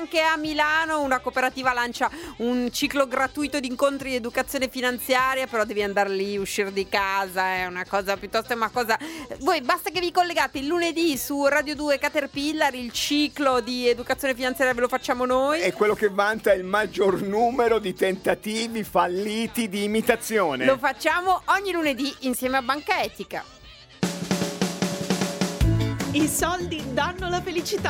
anche a Milano una cooperativa lancia un ciclo gratuito di incontri di educazione finanziaria, però devi andare lì, uscire di casa, è una cosa piuttosto, voi basta che vi collegate il lunedì su Radio 2 Caterpillar, il ciclo di educazione finanziaria ve lo facciamo noi. È quello che vanta il maggior numero di tentativi falliti di imitazione. Lo facciamo ogni lunedì insieme a Banca Etica. I soldi danno la felicità.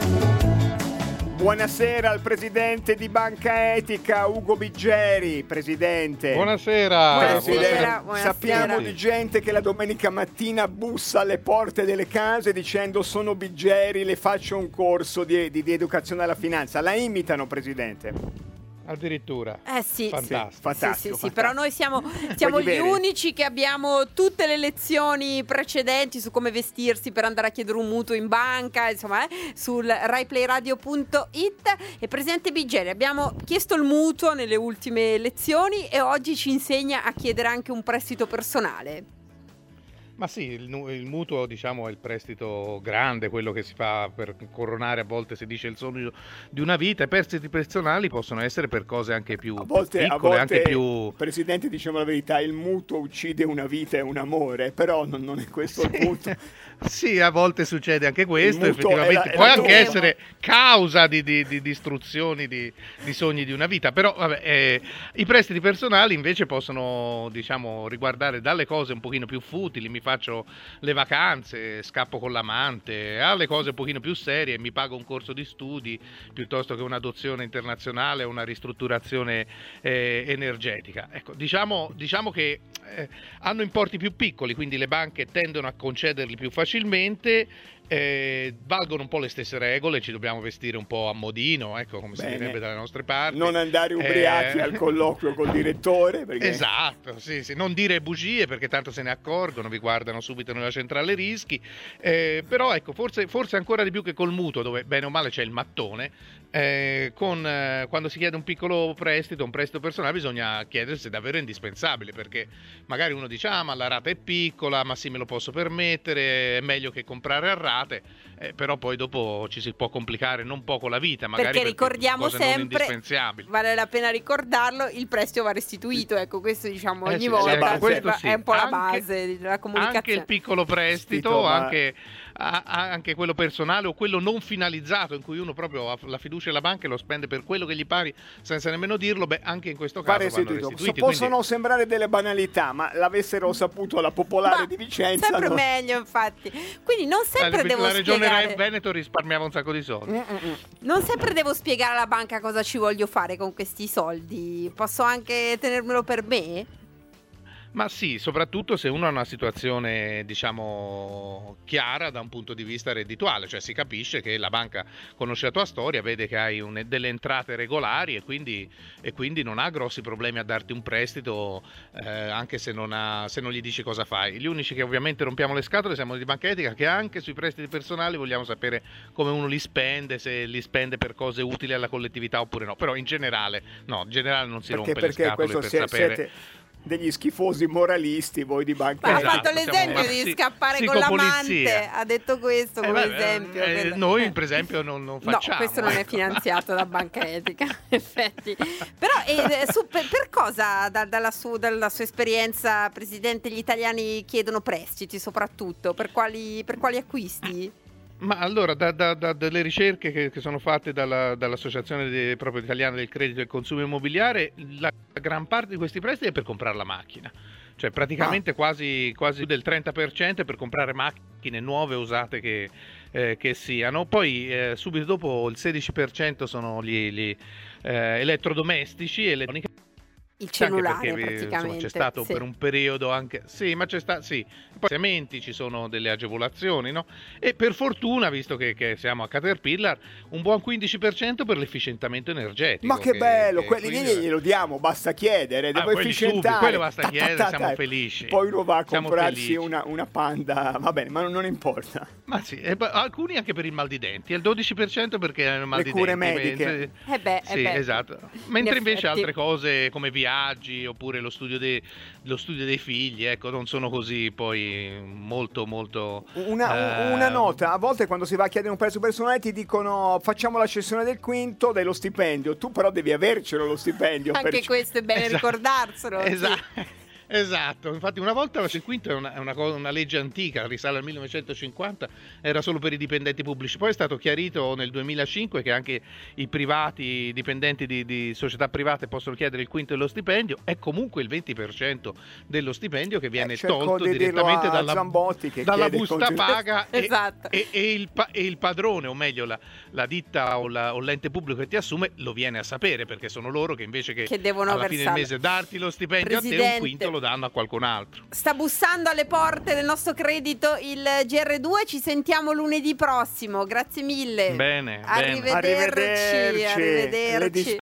Buonasera al presidente di Banca Etica, Ugo Biggeri, presidente. Buonasera. Buonasera. Sappiamo di gente che la domenica mattina bussa alle porte delle case dicendo sono Biggeri, le faccio un corso di educazione alla finanza. La imitano, presidente? Addirittura. Sì. Fantastico. Sì, però noi siamo gli unici che abbiamo tutte le lezioni precedenti su come vestirsi per andare a chiedere un mutuo in banca, insomma, sul raiplayradio.it. E presidente Biggeri, abbiamo chiesto il mutuo nelle ultime lezioni e oggi ci insegna a chiedere anche un prestito personale. Ma sì, il mutuo, diciamo, è il prestito grande, quello che si fa per coronare, a volte si dice, il sogno di una vita. I prestiti personali possono essere per cose anche più piccole, anche più... Presidente, diciamo la verità, il mutuo uccide una vita e un amore, però non è questo il punto. Sì, a volte succede anche questo, effettivamente può anche essere causa di distruzioni di sogni di una vita, però vabbè, i prestiti personali invece possono, diciamo, riguardare dalle cose un pochino più futili, mi faccio le vacanze, scappo con l'amante, alle cose un pochino più serie, mi pago un corso di studi piuttosto che un'adozione internazionale o una ristrutturazione energetica. Ecco, diciamo che hanno importi più piccoli, quindi le banche tendono a concederli più facilmente. Valgono un po' le stesse regole, ci dobbiamo vestire un po' a modino, ecco, come si direbbe dalle nostre parti. Non andare ubriachi al colloquio col direttore. Perché... Esatto, sì, non dire bugie perché tanto se ne accorgono, vi guardano subito nella centrale rischi. Però ecco, forse ancora di più che col mutuo, dove bene o male c'è il mattone, quando si chiede un piccolo prestito, un prestito personale, bisogna chiedersi se è davvero indispensabile, perché magari uno dice ma la rata è piccola, ma sì, me lo posso permettere, è meglio che comprare a rate. Però poi dopo ci si può complicare non poco la vita, magari perché ricordiamo sempre, vale la pena ricordarlo, il prestito va restituito, ecco, questo diciamo ogni volta è un po' la base della comunicazione. Anche il piccolo prestito, anche quello personale o quello non finalizzato, in cui uno proprio ha la fiducia alla banca e lo spende per quello che gli pari senza nemmeno dirlo, anche in questo caso vanno restituiti. Possono sembrare delle bananità, ma l'avessero saputo la Popolare di Vicenza. Sempre meglio, infatti. Quindi non sempre devo la regione spiegare... Veneto risparmiava un sacco di soldi. Non sempre devo spiegare alla banca cosa ci voglio fare con questi soldi. Posso anche tenermelo per me? Ma sì, soprattutto se uno ha una situazione, diciamo, chiara da un punto di vista reddituale, cioè si capisce che la banca conosce la tua storia, vede che hai delle entrate regolari e quindi non ha grossi problemi a darti un prestito, anche se non gli dici cosa fai. Gli unici che ovviamente rompiamo le scatole siamo di Banca Etica, che anche sui prestiti personali vogliamo sapere come uno li spende, se li spende per cose utili alla collettività oppure no, però in generale non si rompe le scatole per sapere... degli schifosi moralisti voi di Banca Etica. Ha fatto l'esempio di scappare con l'amante, ha detto questo come esempio. Noi per esempio non facciamo. No, questo non è finanziato da Banca Etica, in effetti. Però per cosa dalla sua esperienza, Presidente, gli italiani chiedono prestiti soprattutto? Per quali acquisti? Ma allora, da delle ricerche che sono fatte dall'Associazione proprio italiana del credito e del consumo immobiliare, la gran parte di questi prestiti è per comprare la macchina. Cioè praticamente quasi del 30% per comprare macchine nuove o usate che siano. Poi subito dopo il 16% sono gli elettrodomestici e elettronica. Il cellulare perché, praticamente insomma, c'è stato per un periodo anche poi ci sono delle agevolazioni, no? E per fortuna, visto che siamo a Caterpillar, un buon 15% per l'efficientamento energetico. Ma che bello, quelli glielo diamo, basta chiedere, devo efficientare. Quello basta chiedere, siamo felici. Poi uno va a comprarsi una Panda, va bene, ma non importa. Ma sì, alcuni anche per il mal di denti, il 12% perché è il mal di denti. Le cure mediche. Esatto. Mentre invece altre cose come viaggi, viaggi oppure lo studio dei figli, ecco, non sono così poi molto una nota: a volte quando si va a chiedere un prezzo personale ti dicono facciamo la cessione del quinto dello stipendio, tu però devi avercelo lo stipendio. Anche questo è bene ricordarselo. Esatto. Esatto, infatti una volta il quinto è una legge antica, risale al 1950, era solo per i dipendenti pubblici, poi è stato chiarito nel 2005 che anche i privati, dipendenti di società private possono chiedere il quinto dello stipendio, è comunque il 20% dello stipendio che viene tolto direttamente dalla busta paga esatto. e il padrone, o meglio la ditta o l'ente pubblico che ti assume lo viene a sapere, perché sono loro che invece che devono alla fine del mese darti lo stipendio a te, un quinto lo danno a qualcun altro. Sta bussando alle porte del nostro credito il GR2, ci sentiamo lunedì prossimo, grazie mille. Bene, arrivederci.